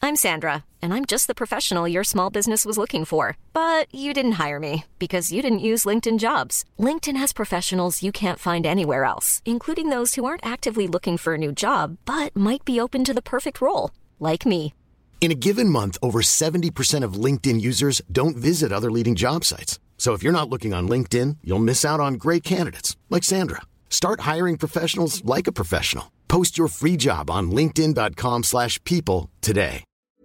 I'm Sandra, and I'm just the professional your small business was looking for. But you didn't hire me because you didn't use LinkedIn Jobs. LinkedIn has professionals you can't find anywhere else, including those who aren't actively looking for a new job, but might be open to the perfect role, like me. In a given month, over 70% of LinkedIn users don't visit other leading job sites. So if you're not looking on LinkedIn, you'll miss out on great candidates like Sandra. Start hiring professionals like a professional. Post your free job on linkedin.com/people today.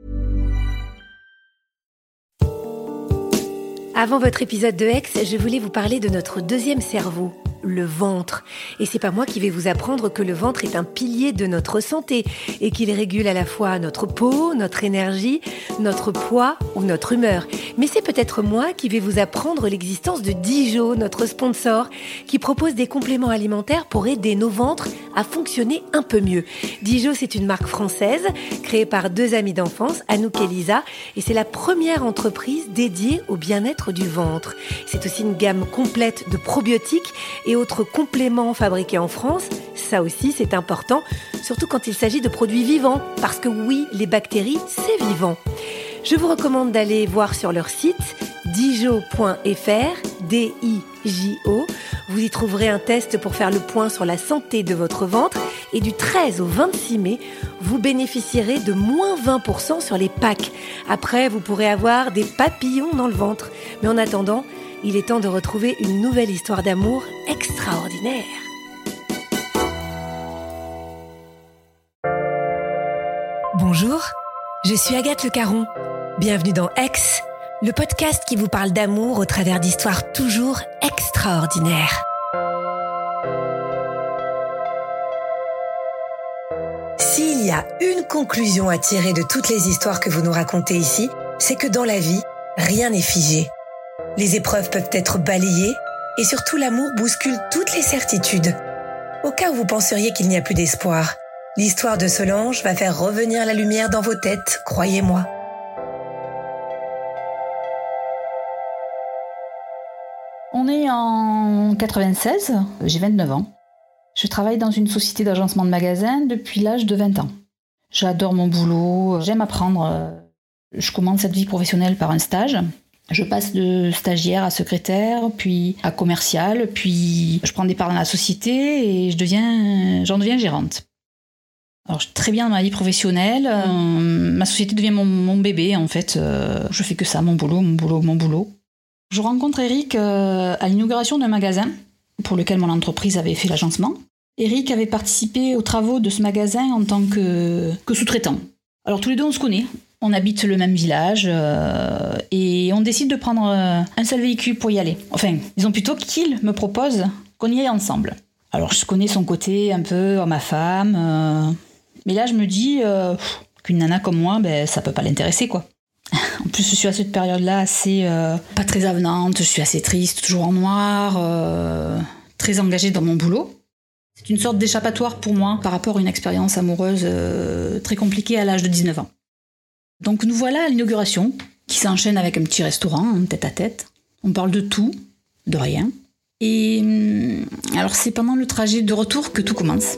Avant votre épisode de Ex, je voulais vous parler de notre deuxième cerveau, le ventre. Et c'est pas moi qui vais vous apprendre que le ventre est un pilier de notre santé et qu'il régule à la fois notre peau, notre énergie, notre poids ou notre humeur. Mais c'est peut-être moi qui vais vous apprendre l'existence de Dijo, notre sponsor, qui propose des compléments alimentaires pour aider nos ventres à fonctionner un peu mieux. Dijo, c'est une marque française créée par deux amies d'enfance, Anouk et Lisa, et c'est la première entreprise dédiée au bien-être du ventre. C'est aussi une gamme complète de probiotiques et autres compléments fabriqués en France. Ça aussi, c'est important, surtout quand il s'agit de produits vivants, parce que oui, les bactéries, c'est vivant. Je vous recommande d'aller voir sur leur site dijo.fr, D-I-J-O. Vous y trouverez un test pour faire le point sur la santé de votre ventre. Et du 13 au 26 mai, vous bénéficierez de moins 20% sur les packs. Après, vous pourrez avoir des papillons dans le ventre. Mais en attendant, il est temps de retrouver une nouvelle histoire d'amour extraordinaire. Bonjour, je suis Agathe Le Caron. Bienvenue dans Ex, le podcast qui vous parle d'amour au travers d'histoires toujours extraordinaires. S'il y a une conclusion à tirer de toutes les histoires que vous nous racontez ici, c'est que dans la vie, rien n'est figé. Les épreuves peuvent être balayées et surtout l'amour bouscule toutes les certitudes. Au cas où vous penseriez qu'il n'y a plus d'espoir, l'histoire de Solange va faire revenir la lumière dans vos têtes, croyez-moi. On est en 96, j'ai 29 ans. Je travaille dans une société d'agencement de magasins depuis l'âge de 20 ans. J'adore mon boulot, j'aime apprendre. Je commence cette vie professionnelle par un stage. Je passe de stagiaire à secrétaire, puis à commercial, puis je prends des parts dans la société et j'en deviens gérante. Alors, je suis très bien dans ma vie professionnelle. Ma société devient mon bébé, en fait. Je fais que ça, mon boulot. Je rencontre Eric à l'inauguration d'un magasin pour lequel mon entreprise avait fait l'agencement. Eric avait participé aux travaux de ce magasin en tant que sous-traitant. Alors tous les deux on se connaît, on habite le même village et on décide de prendre un seul véhicule pour y aller. Enfin, disons plutôt qu'il me propose qu'on y aille ensemble. Alors je connais son côté un peu ma femme, mais là je me dis qu'une nana comme moi, ça peut pas l'intéresser quoi. En plus, je suis à cette période-là assez pas très avenante, je suis assez triste, toujours en noir, très engagée dans mon boulot. C'est une sorte d'échappatoire pour moi par rapport à une expérience amoureuse très compliquée à l'âge de 19 ans. Donc nous voilà à l'inauguration, qui s'enchaîne avec un petit restaurant, tête à tête. On parle de tout, de rien. Et alors c'est pendant le trajet de retour que tout commence.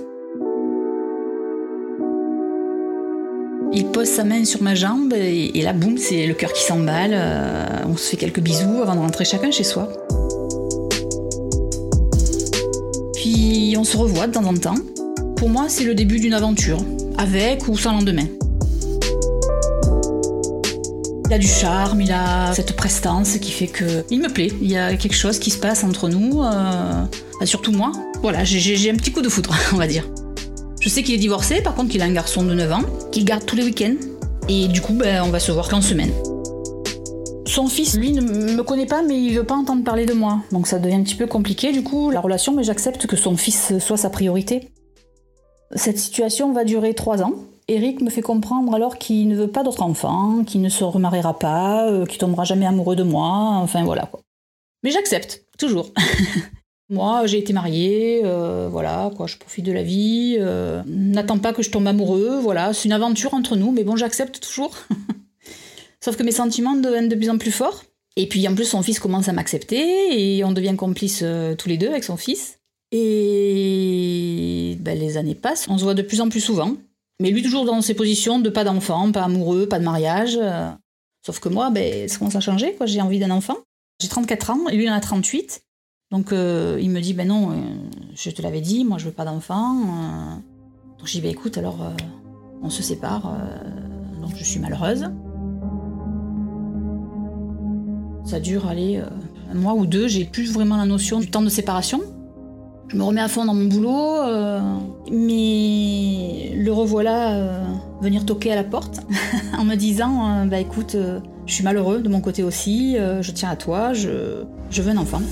Il pose sa main sur ma jambe et là, boum, c'est le cœur qui s'emballe. On se fait quelques bisous avant de rentrer chacun chez soi. Puis on se revoit de temps en temps. Pour moi, c'est le début d'une aventure, avec ou sans lendemain. Il a du charme, il a cette prestance qui fait que... Il me plaît, il y a quelque chose qui se passe entre nous, surtout moi. Voilà, j'ai un petit coup de foudre, on va dire. Je sais qu'il est divorcé, par contre qu'il a un garçon de 9 ans, qu'il garde tous les week-ends. Et du coup, on va se voir qu'en semaine. Son fils, lui, ne me connaît pas, mais il veut pas entendre parler de moi. Donc ça devient un petit peu compliqué, du coup, la relation, mais j'accepte que son fils soit sa priorité. Cette situation va durer 3 ans. Eric me fait comprendre alors qu'il ne veut pas d'autre enfant, qu'il ne se remariera pas, qu'il tombera jamais amoureux de moi, enfin voilà quoi. Mais j'accepte, toujours. Moi, j'ai été mariée, voilà, quoi, je profite de la vie, n'attends pas que je tombe amoureux, voilà, c'est une aventure entre nous, mais bon, j'accepte toujours. Sauf que mes sentiments deviennent de plus en plus forts, et puis en plus, son fils commence à m'accepter, et on devient complices tous les deux avec son fils. Et les années passent, on se voit de plus en plus souvent. Mais lui, toujours dans ses positions de pas d'enfant, pas amoureux, pas de mariage. Sauf que moi, ça commence à changer, quoi. J'ai envie d'un enfant. J'ai 34 ans, et lui, il en a 38. Donc, il me dit, non, je te l'avais dit, moi, je veux pas d'enfant. Donc, j'ai dit, écoute, alors, on se sépare. Donc, je suis malheureuse. Ça dure, un mois ou 2, j'ai plus vraiment la notion du temps de séparation. Je me remets à fond dans mon boulot, mais le revoilà venir toquer à la porte en me disant écoute, je suis malheureux de mon côté aussi, je tiens à toi, je veux un enfant.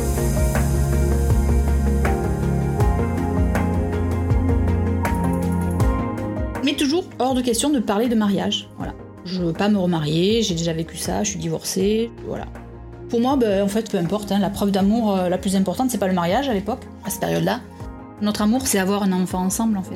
Mais toujours hors de question de parler de mariage. Voilà. Je veux pas me remarier, j'ai déjà vécu ça, je suis divorcée, voilà. Pour moi, en fait, peu importe, la preuve d'amour la plus importante, c'est pas le mariage à l'époque, à cette période-là. Notre amour, c'est avoir un enfant ensemble, en fait.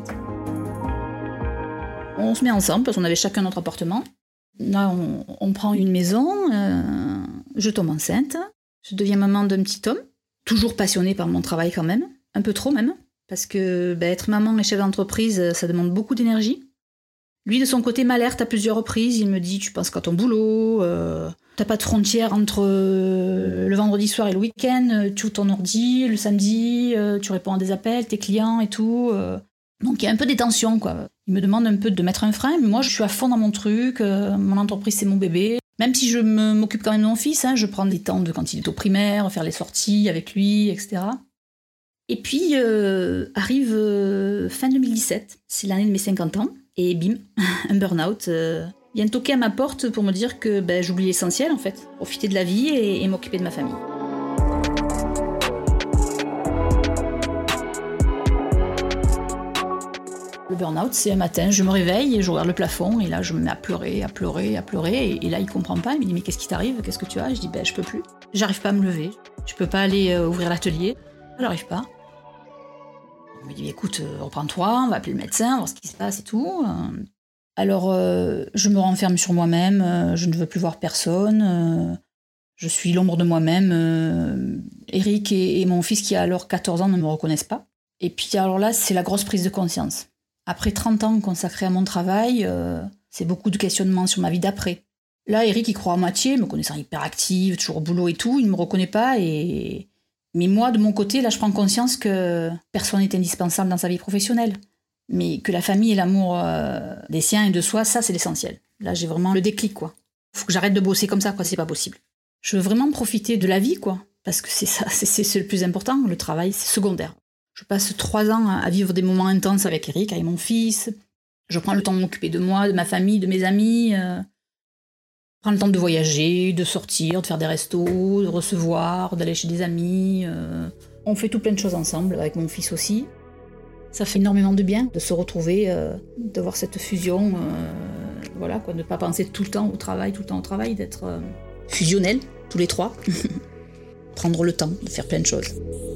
On se met ensemble, parce qu'on avait chacun notre appartement. Là, on prend une maison, je tombe enceinte, je deviens maman d'un petit homme, toujours passionnée par mon travail quand même, un peu trop même, parce que être maman et chef d'entreprise, ça demande beaucoup d'énergie. Lui, de son côté, m'alerte à plusieurs reprises, il me dit « tu penses qu'à ton boulot, t'as pas de frontière entre le vendredi soir et le week-end, tu ouvres ton ordi, le samedi, tu réponds à des appels, tes clients et tout. » Donc il y a un peu des tensions, quoi. Il me demande un peu de mettre un frein, mais moi je suis à fond dans mon truc, mon entreprise c'est mon bébé. Même si je m'occupe quand même de mon fils, je prends des temps de quand il est au primaire, faire les sorties avec lui, etc. Et puis arrive fin 2017, c'est l'année de mes 50 ans, et bim, un burn-out. Vient toquer à ma porte pour me dire que j'oublie l'essentiel en fait, profiter de la vie et m'occuper de ma famille. Le burn-out, c'est un matin, je me réveille et je regarde le plafond et là je me mets à pleurer et là il comprend pas, il me dit mais qu'est-ce qui t'arrive, qu'est-ce que tu as? Je dis je peux plus, j'arrive pas à me lever, je peux pas aller ouvrir l'atelier, j'arrive pas. Il me dit écoute, reprends-toi, on va appeler le médecin, voir ce qui se passe et tout. Alors, je me renferme sur moi-même, je ne veux plus voir personne, je suis l'ombre de moi-même. Eric et mon fils, qui a alors 14 ans, ne me reconnaissent pas. Et puis alors là, c'est la grosse prise de conscience. Après 30 ans consacrés à mon travail, c'est beaucoup de questionnements sur ma vie d'après. Là, Eric, il croit à moitié, me connaissant hyper active, toujours au boulot et tout, il ne me reconnaît pas. Mais moi, de mon côté, là, je prends conscience que personne n'est indispensable dans sa vie professionnelle. Mais que la famille et l'amour des siens et de soi, ça, c'est l'essentiel. Là, j'ai vraiment le déclic, quoi. Faut que j'arrête de bosser comme ça, quoi, c'est pas possible. Je veux vraiment profiter de la vie, quoi. Parce que c'est ça, c'est le plus important. Le travail, c'est secondaire. Je passe 3 ans à vivre des moments intenses avec Eric, avec mon fils. Je prends le temps de m'occuper de moi, de ma famille, de mes amis. Je prends le temps de voyager, de sortir, de faire des restos, de recevoir, d'aller chez des amis. On fait tout plein de choses ensemble, avec mon fils aussi. Ça fait énormément de bien de se retrouver, d'avoir cette fusion, voilà, quoi, de ne pas penser tout le temps au travail, d'être fusionnels, tous les 3. Prendre le temps de faire plein de choses.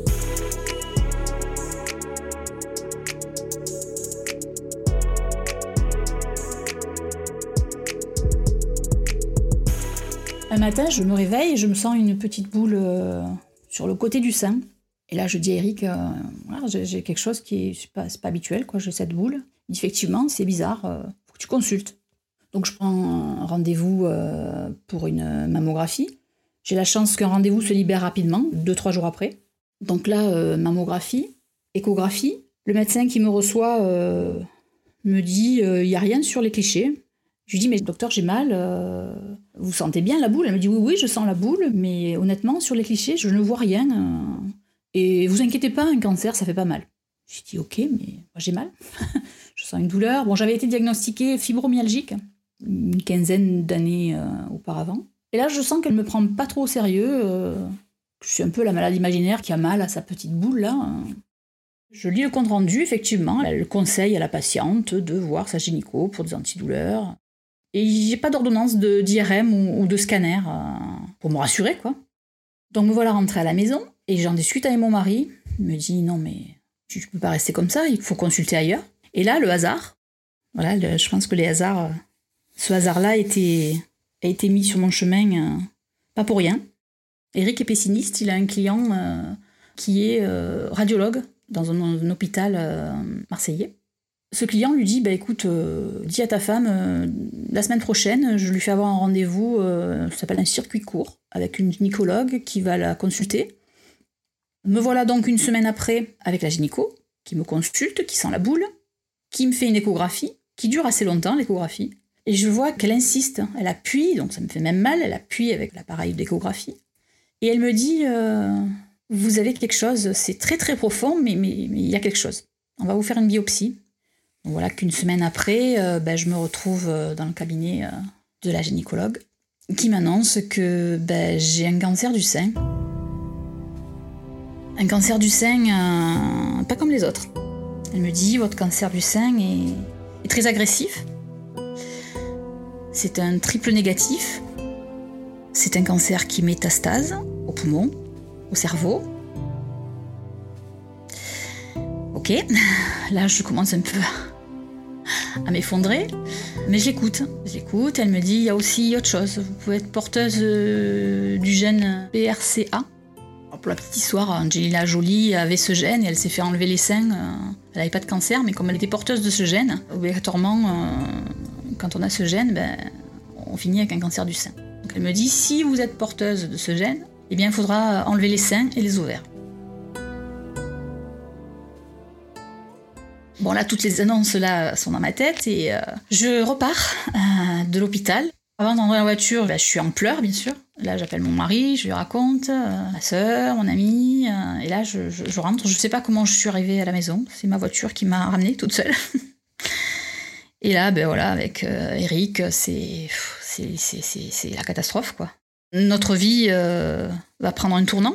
Un matin, je me réveille et je me sens une petite boule sur le côté du sein. Et là, je dis à Eric, voilà, j'ai quelque chose qui c'est pas habituel, quoi. J'ai cette boule. Il dit, effectivement, c'est bizarre, faut que tu consultes. Donc, je prends un rendez-vous pour une mammographie. J'ai la chance qu'un rendez-vous se libère rapidement, 2-3 jours après. Donc là, mammographie, échographie. Le médecin qui me reçoit me dit, il n'y a rien sur les clichés. Je lui dis, mais docteur, j'ai mal, vous sentez bien la boule? Elle me dit, oui, je sens la boule, mais honnêtement, sur les clichés, je ne vois rien. Et vous inquiétez pas, un cancer, ça fait pas mal. J'ai dit, ok, mais moi j'ai mal. Je sens une douleur. Bon, j'avais été diagnostiquée fibromyalgique une 15aine d'années auparavant. Et là, je sens qu'elle me prend pas trop au sérieux. Je suis un peu la malade imaginaire qui a mal à sa petite boule, là. Je lis le compte-rendu, effectivement. Elle conseille à la patiente de voir sa gynéco pour des antidouleurs. Et j'ai pas d'ordonnance d'IRM ou de scanner pour me rassurer, quoi. Donc me voilà rentrée à la maison et j'en discute avec mon mari. Il me dit non mais tu peux pas rester comme ça, il faut consulter ailleurs. Et là le hasard, voilà, je pense que ce hasard-là a été mis sur mon chemin, pas pour rien. Eric est pessimiste, il a un client qui est radiologue dans un hôpital marseillais. Ce client lui dit, écoute, dis à ta femme, la semaine prochaine, je lui fais avoir un rendez-vous, ça s'appelle un circuit court, avec une gynécologue qui va la consulter. Me voilà donc une semaine après avec la gynéco, qui me consulte, qui sent la boule, qui me fait une échographie, qui dure assez longtemps, l'échographie. Et je vois qu'elle insiste, elle appuie, donc ça me fait même mal, elle appuie avec l'appareil d'échographie. Et elle me dit, vous avez quelque chose, c'est très très profond, mais il y a quelque chose. On va vous faire une biopsie. Donc voilà qu'une semaine après, je me retrouve dans le cabinet de la gynécologue qui m'annonce que j'ai un cancer du sein. Un cancer du sein pas comme les autres. Elle me dit, votre cancer du sein est très agressif. C'est un triple négatif. C'est un cancer qui métastase au poumon, au cerveau. Ok, là je commence un peu à m'effondrer, mais je l'écoute, elle me dit, il y a aussi autre chose, vous pouvez être porteuse du gène BRCA. Alors pour la petite histoire, Angelina Jolie avait ce gène et elle s'est fait enlever les seins, elle n'avait pas de cancer, mais comme elle était porteuse de ce gène, obligatoirement, quand on a ce gène, on finit avec un cancer du sein. Donc elle me dit, si vous êtes porteuse de ce gène, eh bien il faudra enlever les seins et les ovaires. Bon là, toutes les annonces là sont dans ma tête et je repars de l'hôpital. Avant d'entrer dans la voiture, je suis en pleurs bien sûr. Là j'appelle mon mari, je lui raconte, ma sœur, mon ami, et là je rentre. Je sais pas comment je suis arrivée à la maison, c'est ma voiture qui m'a ramenée toute seule. Et là, avec Eric, c'est la catastrophe quoi. Notre vie va prendre un tournant.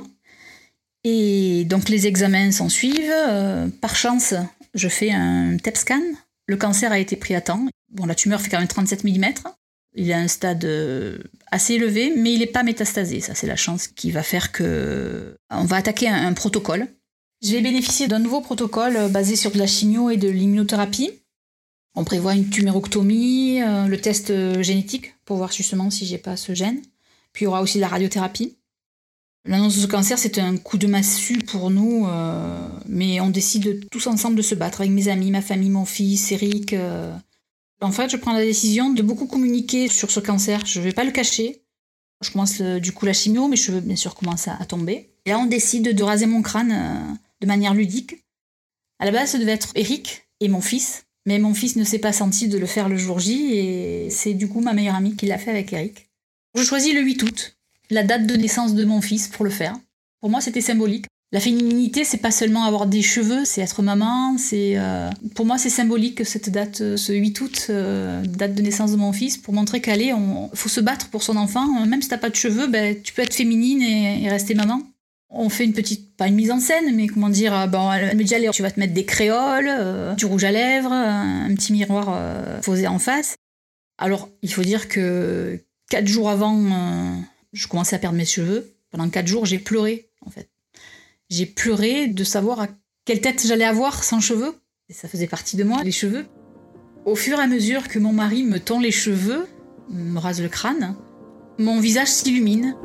Et donc les examens s'en suivent. Par chance, je fais un TEP scan. Le cancer a été pris à temps. Bon, la tumeur fait quand même 37 mm. Il est à un stade assez élevé, mais il n'est pas métastasé. Ça, c'est la chance qui va faire qu'on va attaquer un protocole. Je vais bénéficier d'un nouveau protocole basé sur de la chimio et de l'immunothérapie. On prévoit une tumérectomie, le test génétique pour voir justement si j'ai pas ce gène. Puis il y aura aussi la radiothérapie. L'annonce de ce cancer, c'est un coup de massue pour nous, mais on décide tous ensemble de se battre avec mes amis, ma famille, mon fils, Eric. En fait, je prends la décision de beaucoup communiquer sur ce cancer. Je ne vais pas le cacher. Je commence du coup la chimio, mes cheveux bien sûr commencent à tomber. Et là, on décide de raser mon crâne de manière ludique. À la base, ça devait être Eric et mon fils, mais mon fils ne s'est pas senti de le faire le jour J, et c'est du coup ma meilleure amie qui l'a fait avec Eric. Je choisis le 8 août. La date de naissance de mon fils pour le faire. Pour moi, c'était symbolique. La féminité, c'est pas seulement avoir des cheveux, c'est être maman. Pour moi, c'est symbolique cette date, ce 8 août, date de naissance de mon fils, pour montrer qu'allez, faut se battre pour son enfant. Même si t'as pas de cheveux, tu peux être féminine et rester maman. On fait une petite, pas une mise en scène, mais comment dire, elle me dit allez, tu vas te mettre des créoles, du rouge à lèvres, un petit miroir posé en face. Alors, il faut dire que 4 jours avant, je commençais à perdre mes cheveux. Pendant 4 jours, j'ai pleuré, en fait. J'ai pleuré de savoir à quelle tête j'allais avoir sans cheveux. Et ça faisait partie de moi, les cheveux. Au fur et à mesure que mon mari me tond les cheveux, me rase le crâne, mon visage s'illumine.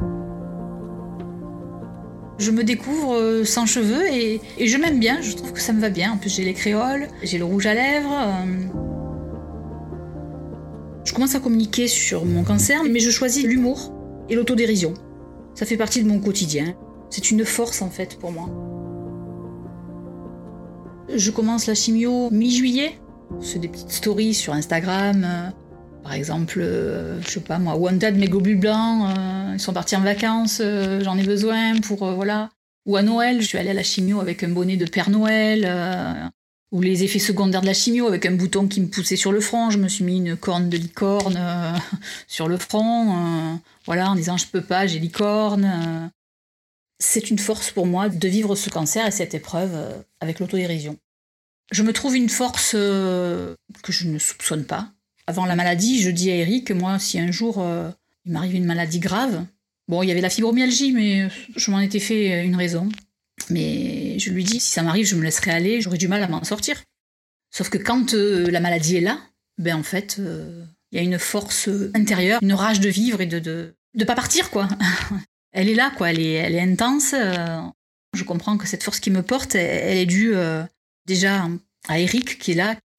Je me découvre sans cheveux et je m'aime bien, je trouve que ça me va bien. En plus, j'ai les créoles, j'ai le rouge à lèvres. Je commence à communiquer sur mon cancer, mais je choisis l'humour et l'autodérision. Ça fait partie de mon quotidien. C'est une force en fait pour moi. Je commence la chimio mi-juillet. C'est des petites stories sur Instagram. Par exemple, je sais pas moi, Wanted, mes globules blancs, ils sont partis en vacances, j'en ai besoin pour voilà. Ou à Noël, je suis allée à la chimio avec un bonnet de Père Noël. Ou les effets secondaires de la chimio avec un bouton qui me poussait sur le front. Je me suis mis une corne de licorne sur le front, voilà, en disant je peux pas, j'ai licorne. C'est une force pour moi de vivre ce cancer et cette épreuve avec l'autodérision. Je me trouve une force que je ne soupçonne pas. Avant la maladie, je dis à Eric, moi, si un jour il m'arrive une maladie grave, bon, il y avait la fibromyalgie, mais je m'en étais fait une raison. Mais je lui dis, si ça m'arrive, je me laisserai aller, j'aurais du mal à m'en sortir. Sauf que quand la maladie est là, en fait, il y a une force intérieure, une rage de vivre et de pas partir, quoi. Elle est là, quoi, elle est intense. Je comprends que cette force qui me porte, elle est due déjà à Eric, qui est là.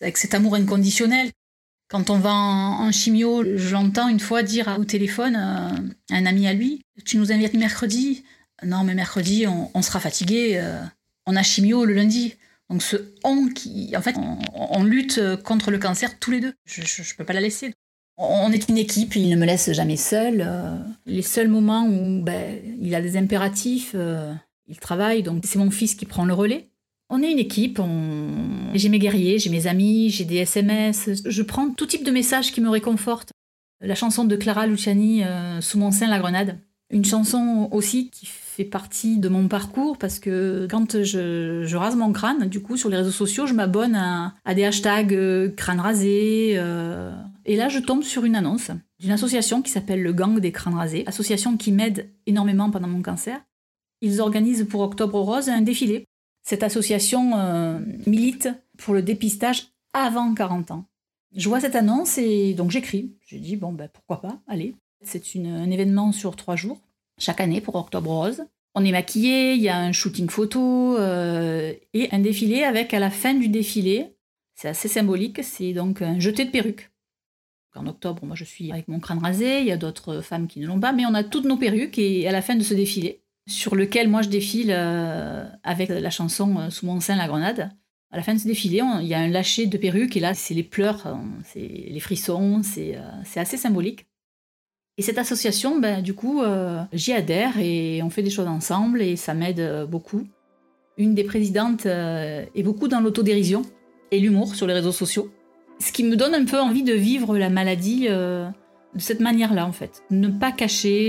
avec cet amour inconditionnel. Quand on va en chimio, je l'entends une fois dire au téléphone à un ami à lui, « Tu nous invites mercredi ?» Non, mais mercredi, on sera fatigué, on a chimio le lundi. Donc ce « on » qui, en fait, on lutte contre le cancer tous les deux. Je ne peux pas la laisser. On est une équipe, il ne me laisse jamais seule. Les seuls moments où il a des impératifs, il travaille, donc c'est mon fils qui prend le relais. On est une équipe, j'ai mes guerriers, j'ai mes amis, j'ai des SMS. Je prends tout type de messages qui me réconfortent. La chanson de Clara Luciani, « Sous mon sein, la grenade ». Une chanson aussi qui fait partie de mon parcours parce que quand je rase mon crâne, du coup, sur les réseaux sociaux, je m'abonne à des hashtags crâne rasé. Et là, je tombe sur une annonce d'une association qui s'appelle le Gang des crânes rasés, association qui m'aide énormément pendant mon cancer. Ils organisent pour Octobre Rose un défilé. Cette association milite pour le dépistage avant 40 ans. Je vois cette annonce et donc j'écris. Je dis, pourquoi pas, allez. C'est un événement sur 3 jours, chaque année pour Octobre Rose. On est maquillés, il y a un shooting photo et un défilé avec, à la fin du défilé, c'est assez symbolique, c'est donc un jeté de perruques. En octobre, moi je suis avec mon crâne rasé, il y a d'autres femmes qui ne l'ont pas, mais on a toutes nos perruques et à la fin de ce défilé, sur lequel moi je défile avec la chanson « Sous mon sein, la grenade ». À la fin de ce défilé, il y a un lâcher de perruques et là, c'est les pleurs, c'est les frissons, c'est assez symbolique. Et cette association, du coup, j'y adhère et on fait des choses ensemble et ça m'aide beaucoup. Une des présidentes est beaucoup dans l'autodérision et l'humour sur les réseaux sociaux. Ce qui me donne un peu envie de vivre la maladie de cette manière-là, en fait. Ne pas cacher,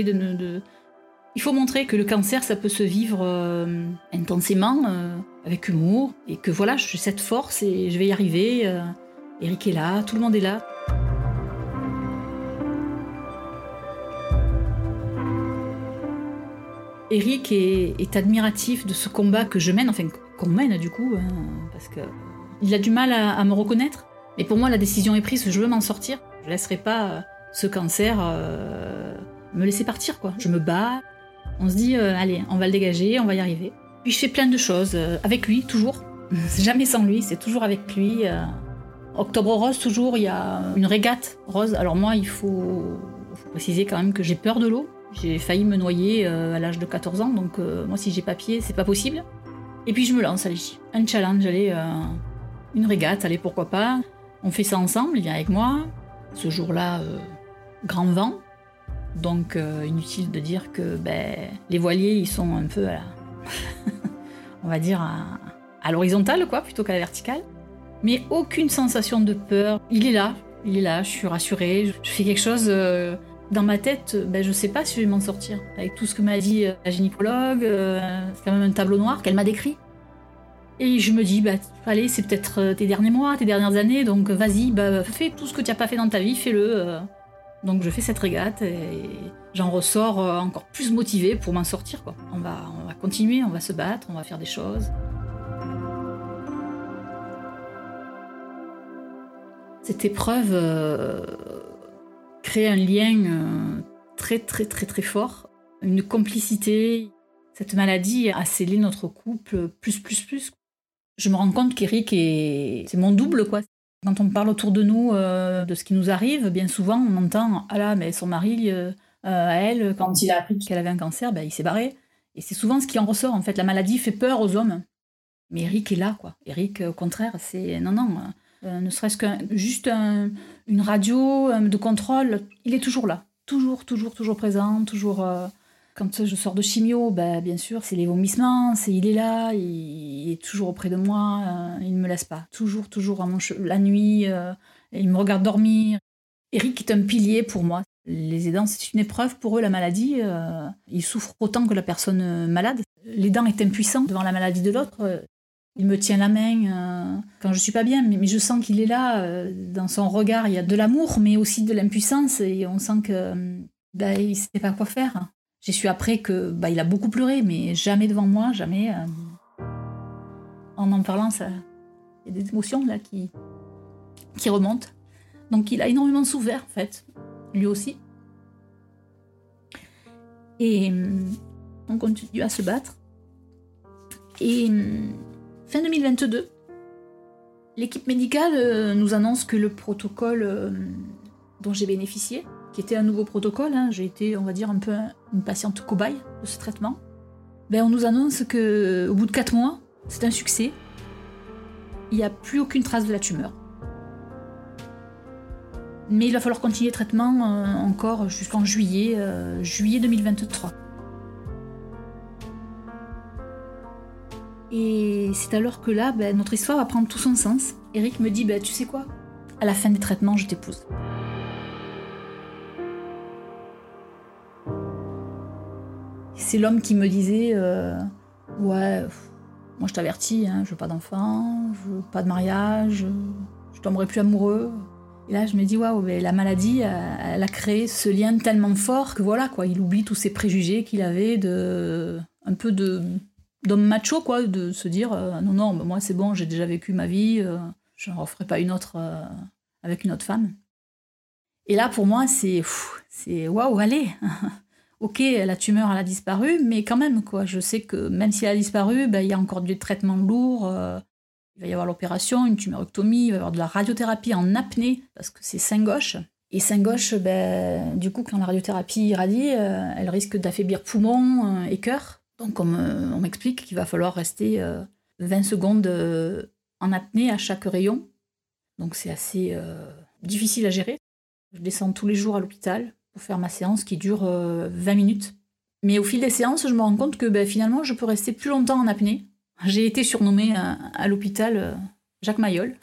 Il faut montrer que le cancer, ça peut se vivre intensément, avec humour, et que voilà, j'ai cette force et je vais y arriver. Eric est là, tout le monde est là. Eric est admiratif de ce combat que je mène, enfin qu'on mène du coup, parce qu'il a du mal à me reconnaître. Mais pour moi, la décision est prise, je veux m'en sortir. Je ne laisserai pas ce cancer me laisser partir, quoi. Je me bats. On se dit, allez, on va le dégager, on va y arriver. Puis je fais plein de choses, avec lui, toujours. C'est jamais sans lui, c'est toujours avec lui. Octobre Rose, toujours, il y a une régate rose. Alors moi, il faut préciser quand même que j'ai peur de l'eau. J'ai failli me noyer à l'âge de 14 ans, donc moi, si j'ai pas pied, c'est pas possible. Et puis je me lance, allez, un challenge, allez, une régate, allez, pourquoi pas. On fait ça ensemble, il vient avec moi. Ce jour-là, grand vent. Donc inutile de dire que les voiliers, ils sont un peu on va dire à l'horizontale, quoi, plutôt qu'à la verticale. Mais aucune sensation de peur. Il est là, je suis rassurée. Je fais quelque chose dans ma tête, je sais pas si je vais m'en sortir. Avec tout ce que m'a dit la gynécologue, c'est quand même un tableau noir qu'elle m'a décrit. Et je me dis, allez, c'est peut-être tes derniers mois, tes dernières années, donc vas-y, fais tout ce que tu n'as pas fait dans ta vie, fais-le. Donc je fais cette régate et j'en ressors encore plus motivée pour m'en sortir, quoi. On va continuer, on va se battre, on va faire des choses. Cette épreuve crée un lien très très très très fort, une complicité. Cette maladie a scellé notre couple plus. Je me rends compte qu'Eric c'est mon double, quoi. Quand on parle autour de nous de ce qui nous arrive, bien souvent on entend « Ah là, mais son mari, à elle, quand il a appris qu'elle avait un cancer, il s'est barré. » Et c'est souvent ce qui en ressort, en fait. La maladie fait peur aux hommes. Mais Eric est là, quoi. Eric, au contraire, c'est... Non, ne serait-ce juste une radio de contrôle, il est toujours là. Toujours présent, toujours... Quand je sors de chimio, bien sûr, c'est les vomissements, il est là, il est toujours auprès de moi, il ne me laisse pas. Toujours à la nuit, il me regarde dormir. Eric est un pilier pour moi. Les aidants, c'est une épreuve pour eux, la maladie. Ils souffrent autant que la personne malade. L'aidant est impuissant devant la maladie de l'autre. Il me tient la main quand je suis pas bien, mais je sens qu'il est là. Dans son regard, il y a de l'amour, mais aussi de l'impuissance, et on sent que il ne sait pas quoi faire. J'ai su après que il a beaucoup pleuré, mais jamais devant moi, jamais. En parlant, il y a des émotions là qui remontent. Donc il a énormément souffert, en fait, lui aussi. Et on continue à se battre. Et fin 2022, L'équipe médicale nous annonce que le protocole dont j'ai bénéficié, qui était un nouveau protocole, j'ai été, on va dire, un peu une patiente cobaye de ce traitement, on nous annonce qu'au bout de 4 mois, c'est un succès. Il n'y a plus aucune trace de la tumeur. Mais il va falloir continuer le traitement encore jusqu'en juillet 2023. Et c'est alors que là, notre histoire va prendre tout son sens. Eric me dit, tu sais quoi ? À la fin des traitements, je t'épouse. C'est l'homme qui me disait, ouais, moi je t'avertis, je veux pas d'enfant, je veux pas de mariage, je tomberai plus amoureux. Et là, je me dis, waouh, la maladie, elle a créé ce lien tellement fort que voilà, quoi, il oublie tous ces préjugés qu'il avait un peu d'homme macho, quoi, de se dire, non, moi c'est bon, j'ai déjà vécu ma vie, je n'en referai pas une autre avec une autre femme. Et là, pour moi, c'est waouh, allez, ok, la tumeur, elle a disparu, mais quand même, quoi, je sais que même si elle a disparu, il y a encore du traitement lourd. Il va y avoir l'opération, une tumorectomie, il va y avoir de la radiothérapie en apnée, parce que c'est sein gauche. Et sein gauche, du coup, quand la radiothérapie irradie, elle risque d'affaiblir poumons et cœur. Donc on m'explique qu'il va falloir rester 20 secondes en apnée à chaque rayon. Donc c'est assez difficile à gérer. Je descends tous les jours à l'hôpital pour faire ma séance qui dure 20 minutes. Mais au fil des séances, je me rends compte que finalement, je peux rester plus longtemps en apnée. J'ai été surnommée à l'hôpital Jacques Mayol.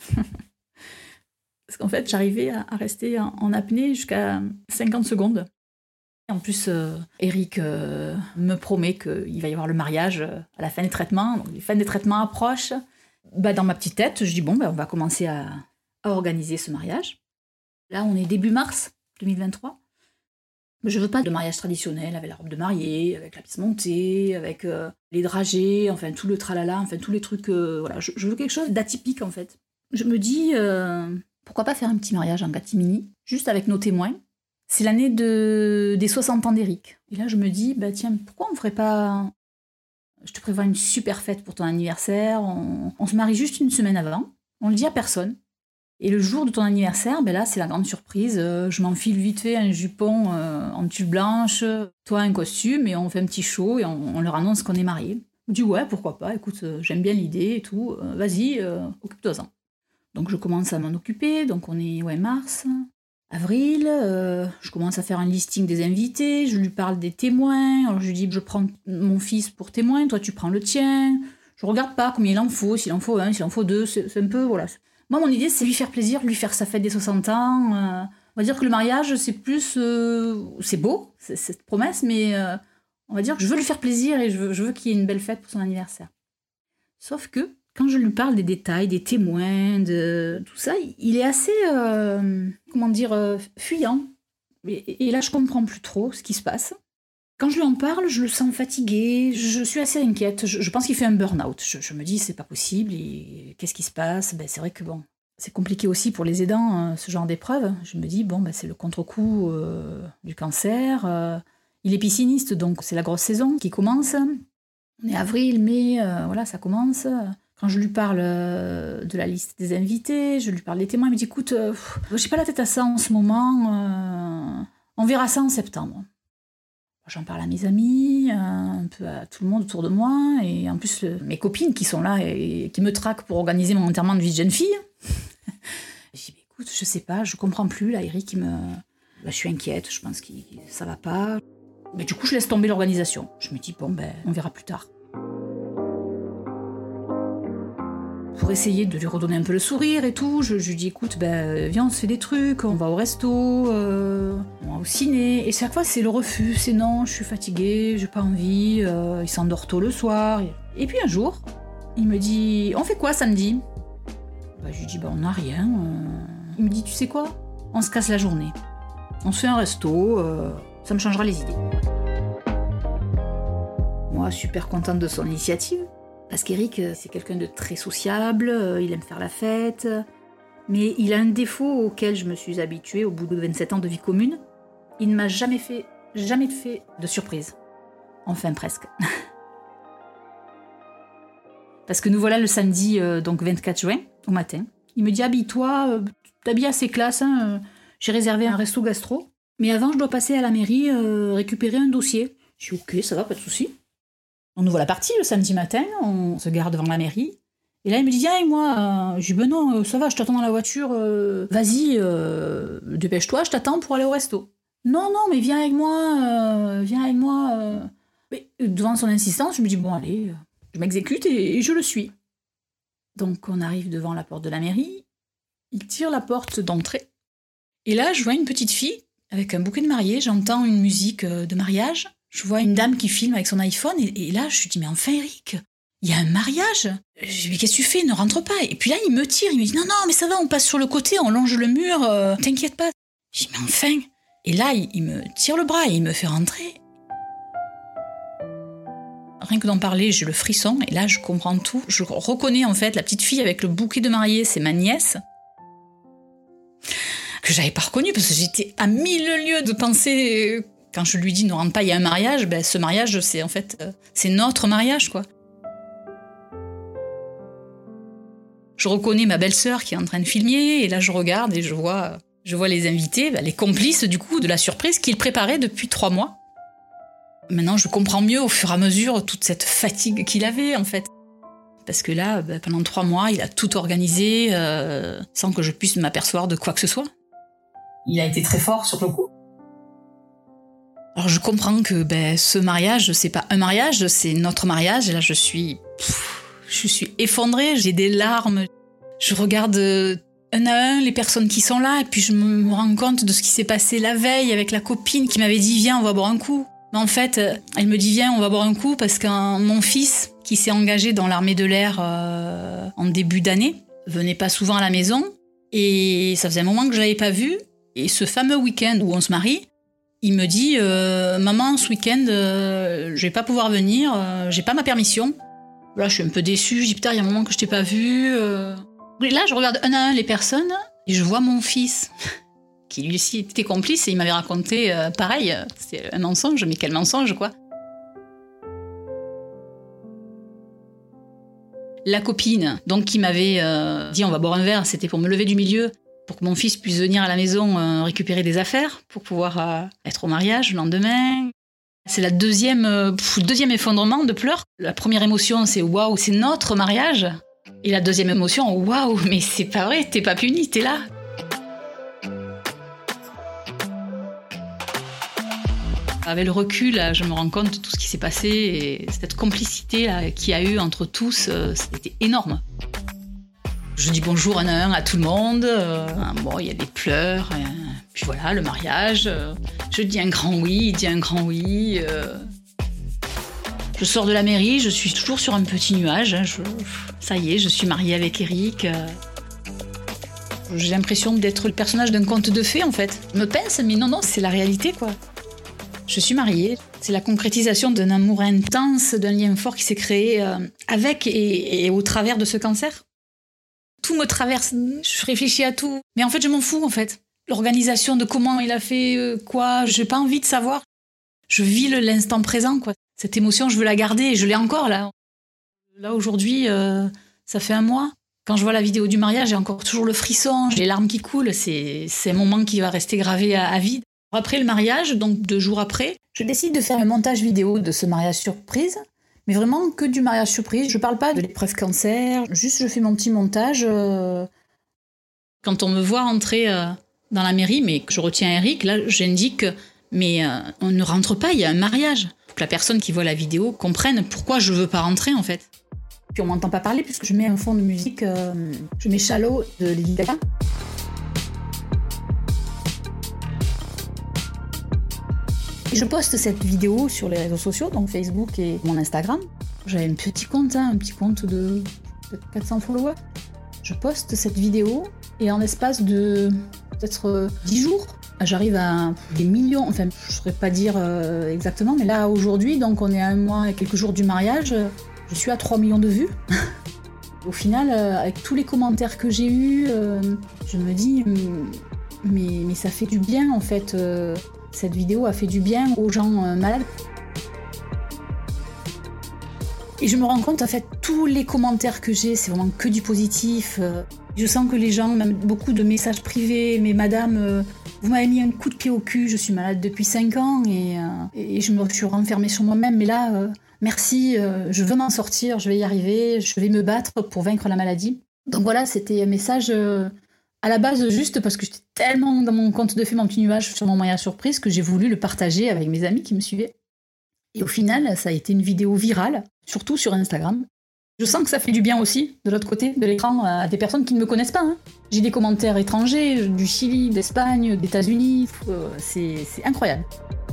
Parce qu'en fait, j'arrivais à rester en apnée jusqu'à 50 secondes. En plus, Eric me promet qu'il va y avoir le mariage à la fin des traitements. Donc, les fins des traitements approchent. Dans ma petite tête, je dis on va commencer à organiser ce mariage. Là, on est début mars 2023. Je veux pas de mariage traditionnel avec la robe de mariée, avec la pièce montée, avec les dragées, enfin tout le tralala, enfin tous les trucs. Voilà, je veux quelque chose d'atypique en fait. Je me dis pourquoi pas faire un petit mariage en catimini, juste avec nos témoins. C'est l'année des 60 ans d'Eric. Et là je me dis tiens, pourquoi on ferait pas. Je te prévois une super fête pour ton anniversaire. On se marie juste une semaine avant. On le dit à personne. Et le jour de ton anniversaire, là, c'est la grande surprise. Je m'enfile vite fait un jupon en tulle blanche, toi un costume, et on fait un petit show et on leur annonce qu'on est mariés. Je dis ouais, pourquoi pas, écoute, j'aime bien l'idée et tout, vas-y, occupe-toi-en. Donc je commence à m'en occuper, donc on est mars, avril, je commence à faire un listing des invités, je lui parle des témoins, alors je lui dis je prends mon fils pour témoin, toi tu prends le tien, je regarde pas combien il en faut, s'il en faut un, s'il en faut deux, c'est un peu, voilà. Moi, mon idée, c'est lui faire plaisir, lui faire sa fête des 60 ans. On va dire que le mariage, c'est plus... c'est beau, c'est cette promesse, mais on va dire que je veux lui faire plaisir et je veux qu'il y ait une belle fête pour son anniversaire. Sauf que, quand je lui parle des détails, des témoins, de tout ça, il est assez, fuyant. Et là, je comprends plus trop ce qui se passe. Quand je lui en parle, je le sens fatigué, je suis assez inquiète, je pense qu'il fait un burn-out. Je me dis, c'est pas possible, et qu'est-ce qui se passe ? C'est vrai que c'est compliqué aussi pour les aidants, ce genre d'épreuve. Je me dis, c'est le contre-coup du cancer. Il est pisciniste, donc c'est la grosse saison qui commence. On est avril, mai, ça commence. Quand je lui parle de la liste des invités, je lui parle des témoins, il me dit, écoute, j'ai pas la tête à ça en ce moment, on verra ça en septembre. J'en parle à mes amis, un peu à tout le monde autour de moi, et en plus mes copines qui sont là et qui me traquent pour organiser mon enterrement de vie de jeune fille. Je dis, écoute, je sais pas, je comprends plus, là, Eric, je suis inquiète, je pense que ça va pas. Mais du coup, je laisse tomber l'organisation. Je me dis, on verra plus tard. Pour essayer de lui redonner un peu le sourire et tout, je lui dis, écoute, viens, on se fait des trucs, on va au resto, on va au ciné. Et chaque fois, c'est le refus, c'est non, je suis fatiguée, j'ai pas envie, il s'endort tôt le soir. Et puis un jour, il me dit, on fait quoi samedi ? Je lui dis, on n'a rien. Il me dit, tu sais quoi ? On se casse la journée. On se fait un resto, ça me changera les idées. Moi, super contente de son initiative. Parce qu'Eric, c'est quelqu'un de très sociable, il aime faire la fête, mais il a un défaut auquel je me suis habituée au bout de 27 ans de vie commune. Il ne m'a jamais fait de surprise. Enfin, presque. Parce que nous voilà le samedi, donc 24 juin, au matin. Il me dit « Habille-toi, t'habilles assez classe, hein. J'ai réservé un resto gastro. Mais avant, je dois passer à la mairie récupérer un dossier. » Je dis « Ok, ça va, pas de souci. » On ouvre la partie le samedi matin, on se gare devant la mairie. Et là, il me dit « Viens avec moi. » Je dis « Ben non, ça va, je t'attends dans la voiture. Vas-y, dépêche-toi, je t'attends pour aller au resto. » « Non, mais viens avec moi, Mais devant son insistance, je me dis « Bon, allez, je m'exécute et je le suis. » Donc, on arrive devant la porte de la mairie. Il tire la porte d'entrée. Et là, je vois une petite fille avec un bouquet de mariée. J'entends une musique de mariage. Je vois une dame qui filme avec son iPhone. Et là, je me dis « Mais enfin, Eric, il y a un mariage ?» Je dis « Mais qu'est-ce que tu fais ? Ne rentre pas. » Et puis là, il me tire. Il me dit « Non, mais ça va, on passe sur le côté, on longe le mur. T'inquiète pas. » Je dis « Mais enfin !» Et là, il me tire le bras et il me fait rentrer. Rien que d'en parler, j'ai le frisson. Et là, je comprends tout. Je reconnais en fait la petite fille avec le bouquet de mariée, c'est ma nièce. Que j'avais pas reconnue parce que j'étais à 1000 lieues de penser. Quand je lui dis ne rentre pas, il y a un mariage. Ben, ce mariage, c'est en fait, c'est notre mariage, quoi. Je reconnais ma belle-sœur qui est en train de filmer. Et là, je regarde et je vois les invités, les complices du coup de la surprise qu'il préparait depuis 3 mois. Maintenant, je comprends mieux au fur et à mesure toute cette fatigue qu'il avait en fait. Parce que là, pendant 3 mois, il a tout organisé sans que je puisse m'apercevoir de quoi que ce soit. Il a été très fort sur le coup. Alors je comprends que ce mariage, c'est pas un mariage, c'est notre mariage. Et là, je suis effondrée, j'ai des larmes. Je regarde un à un les personnes qui sont là et puis je me rends compte de ce qui s'est passé la veille avec la copine qui m'avait dit « Viens, on va boire un coup ». Mais en fait, elle me dit « Viens, on va boire un coup » parce que mon fils, qui s'est engagé dans l'armée de l'air en début d'année, venait pas souvent à la maison et ça faisait un moment que je l'avais pas vu. Et ce fameux week-end où on se marie, il me dit « Maman, ce week-end, je vais pas pouvoir venir, j'ai pas ma permission ». Là, je suis un peu déçue, je dis « Putain, il y a un moment que je t'ai pas vu ». Et là, je regarde un à un les personnes et je vois mon fils qui lui aussi était complice et il m'avait raconté pareil, c'est un mensonge, mais quel mensonge quoi. La copine, donc qui m'avait dit on va boire un verre, c'était pour me lever du milieu, pour que mon fils puisse venir à la maison récupérer des affaires, pour pouvoir être au mariage le lendemain. C'est le deuxième effondrement de pleurs. La première émotion c'est waouh, c'est notre mariage. Et la deuxième émotion, waouh, mais c'est pas vrai, t'es pas puni, t'es là. Avec le recul, là, je me rends compte de tout ce qui s'est passé et cette complicité là, qu'il y a eu entre tous, c'était énorme. Je dis bonjour un à un à tout le monde, bon, il y a des pleurs, puis voilà, le mariage. Je dis un grand oui, il dit un grand oui. Je sors de la mairie, je suis toujours sur un petit nuage. Ça y est, je suis mariée avec Eric. J'ai l'impression d'être le personnage d'un conte de fées, en fait. Je me pince, mais non, c'est la réalité, quoi. Je suis mariée. C'est la concrétisation d'un amour intense, d'un lien fort qui s'est créé avec et au travers de ce cancer. Tout me traverse. Je réfléchis à tout. Mais en fait, je m'en fous, en fait. L'organisation de comment il a fait quoi, j'ai pas envie de savoir. Je vis l'instant présent, quoi. Cette émotion, je veux la garder et je l'ai encore, là. Là, aujourd'hui, ça fait 1 mois. Quand je vois la vidéo du mariage, j'ai encore toujours le frisson, j'ai les larmes qui coulent. C'est un moment qui va rester gravé à vie. Après le mariage, donc 2 jours après, je décide de faire un montage vidéo de ce mariage surprise. Mais vraiment que du mariage surprise. Je parle pas de l'épreuve cancer, juste je fais mon petit montage. Quand on me voit rentrer dans la mairie, mais que je retiens Eric, là, j'indique mais on ne rentre pas, il y a un mariage. Pour que la personne qui voit la vidéo comprenne pourquoi je veux pas rentrer, en fait. Puis on m'entend pas parler puisque je mets un fond de musique, je mets Shallow de Lady Gaga. Et je poste cette vidéo sur les réseaux sociaux, donc Facebook et mon Instagram. J'avais un petit compte de peut-être 400 followers. Je poste cette vidéo et en l'espace de peut-être 10 jours, j'arrive à des millions, enfin je ne saurais pas dire exactement, mais là aujourd'hui, donc on est à 1 mois et quelques jours du mariage, je suis à 3 millions de vues. Au final, avec tous les commentaires que j'ai eus, je me dis, mais ça fait du bien en fait. Cette vidéo a fait du bien aux gens malades. Et je me rends compte, en fait, tous les commentaires que j'ai, c'est vraiment que du positif. Je sens que les gens, même beaucoup de messages privés, mais madame, vous m'avez mis un coup de pied au cul, je suis malade depuis 5 ans et je me suis renfermée sur moi-même. Mais là, merci, je veux m'en sortir, je vais y arriver, je vais me battre pour vaincre la maladie. Donc voilà, c'était un message à la base juste parce que j'étais tellement dans mon conte de fées, mon petit nuage sur mon mariage surprise que j'ai voulu le partager avec mes amis qui me suivaient. Et au final, ça a été une vidéo virale, surtout sur Instagram. Je sens que ça fait du bien aussi, de l'autre côté de l'écran, à des personnes qui ne me connaissent pas. J'ai des commentaires étrangers, du Chili, d'Espagne, des États-Unis, c'est incroyable.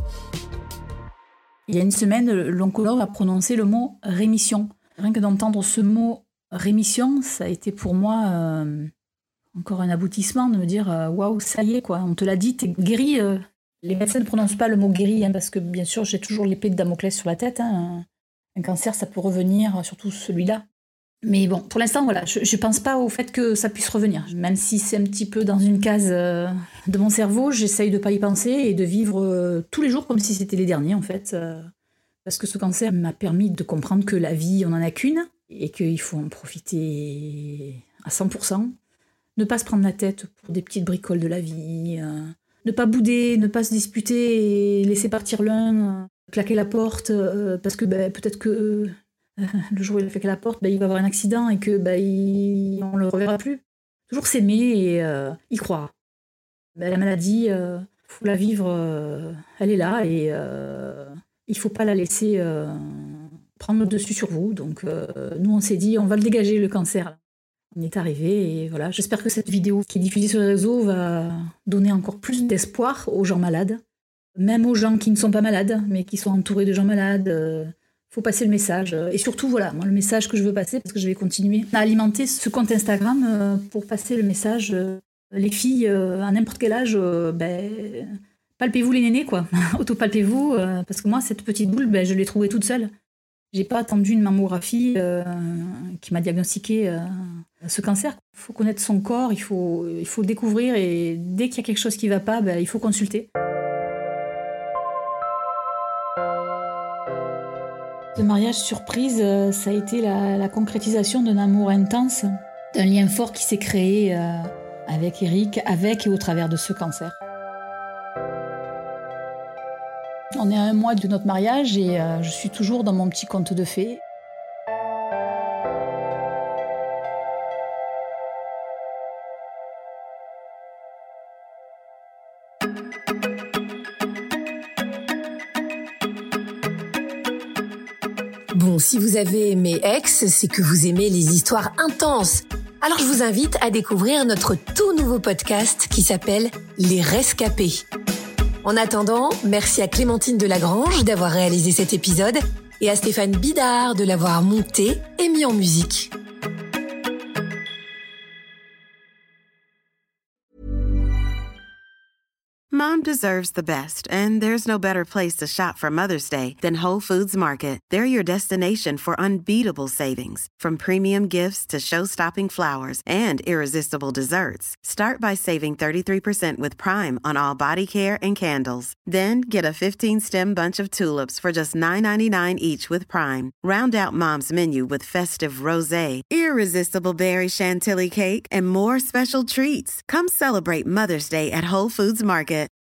Il y a une semaine, l'oncologue a prononcé le mot « rémission ». Rien que d'entendre ce mot « rémission », ça a été pour moi encore un aboutissement de me dire « waouh, ça y est, quoi, on te l'a dit, t'es guéri ». Les médecins ne prononcent pas le mot « guéri », parce que bien sûr, j'ai toujours l'épée de Damoclès sur la tête. Un cancer, ça peut revenir, surtout celui-là. Mais bon, pour l'instant, voilà, je ne pense pas au fait que ça puisse revenir. Même si c'est un petit peu dans une case de mon cerveau, j'essaye de ne pas y penser et de vivre tous les jours comme si c'était les derniers, en fait. Parce que ce cancer m'a permis de comprendre que la vie, on n'en a qu'une et qu'il faut en profiter à 100%. Ne pas se prendre la tête pour des petites bricoles de la vie. Ne pas bouder, ne pas se disputer et laisser partir l'un... claquer la porte parce que peut-être que le jour où il a claqué la porte, il va avoir un accident et que on le reverra plus. Toujours s'aimer et y croire. La maladie, faut la vivre, elle est là et il faut pas la laisser prendre le dessus sur vous. Donc nous on s'est dit on va le dégager le cancer. On est arrivé et voilà. J'espère que cette vidéo qui est diffusée sur les réseaux va donner encore plus d'espoir aux gens malades. Même aux gens qui ne sont pas malades, mais qui sont entourés de gens malades, faut passer le message. Et surtout, voilà, moi, le message que je veux passer, parce que je vais continuer à alimenter ce compte Instagram pour passer le message. Les filles, à n'importe quel âge, palpez-vous les nénés, quoi. Auto-palpez-vous, parce que moi, cette petite boule, je l'ai trouvée toute seule. J'ai pas attendu une mammographie qui m'a diagnostiqué ce cancer. Il faut connaître son corps, il faut le découvrir, et dès qu'il y a quelque chose qui va pas, il faut consulter. Ce mariage surprise, ça a été la concrétisation d'un amour intense, d'un lien fort qui s'est créé avec Eric, avec et au travers de ce cancer. On est à 1 mois de notre mariage et je suis toujours dans mon petit conte de fées. Bon, si vous avez aimé Ex, c'est que vous aimez les histoires intenses. Alors je vous invite à découvrir notre tout nouveau podcast qui s'appelle Les Rescapés. En attendant, merci à Clémentine Delagrange d'avoir réalisé cet épisode et à Stéphane Bidard de l'avoir monté et mis en musique. Mom deserves the best, and there's no better place to shop for Mother's Day than Whole Foods Market. They're your destination for unbeatable savings, from premium gifts to show-stopping flowers and irresistible desserts. Start by saving 33% with Prime on all body care and candles. Then get a 15-stem bunch of tulips for just $9.99 each with Prime. Round out Mom's menu with festive rosé, irresistible berry chantilly cake, and more special treats. Come celebrate Mother's Day at Whole Foods Market.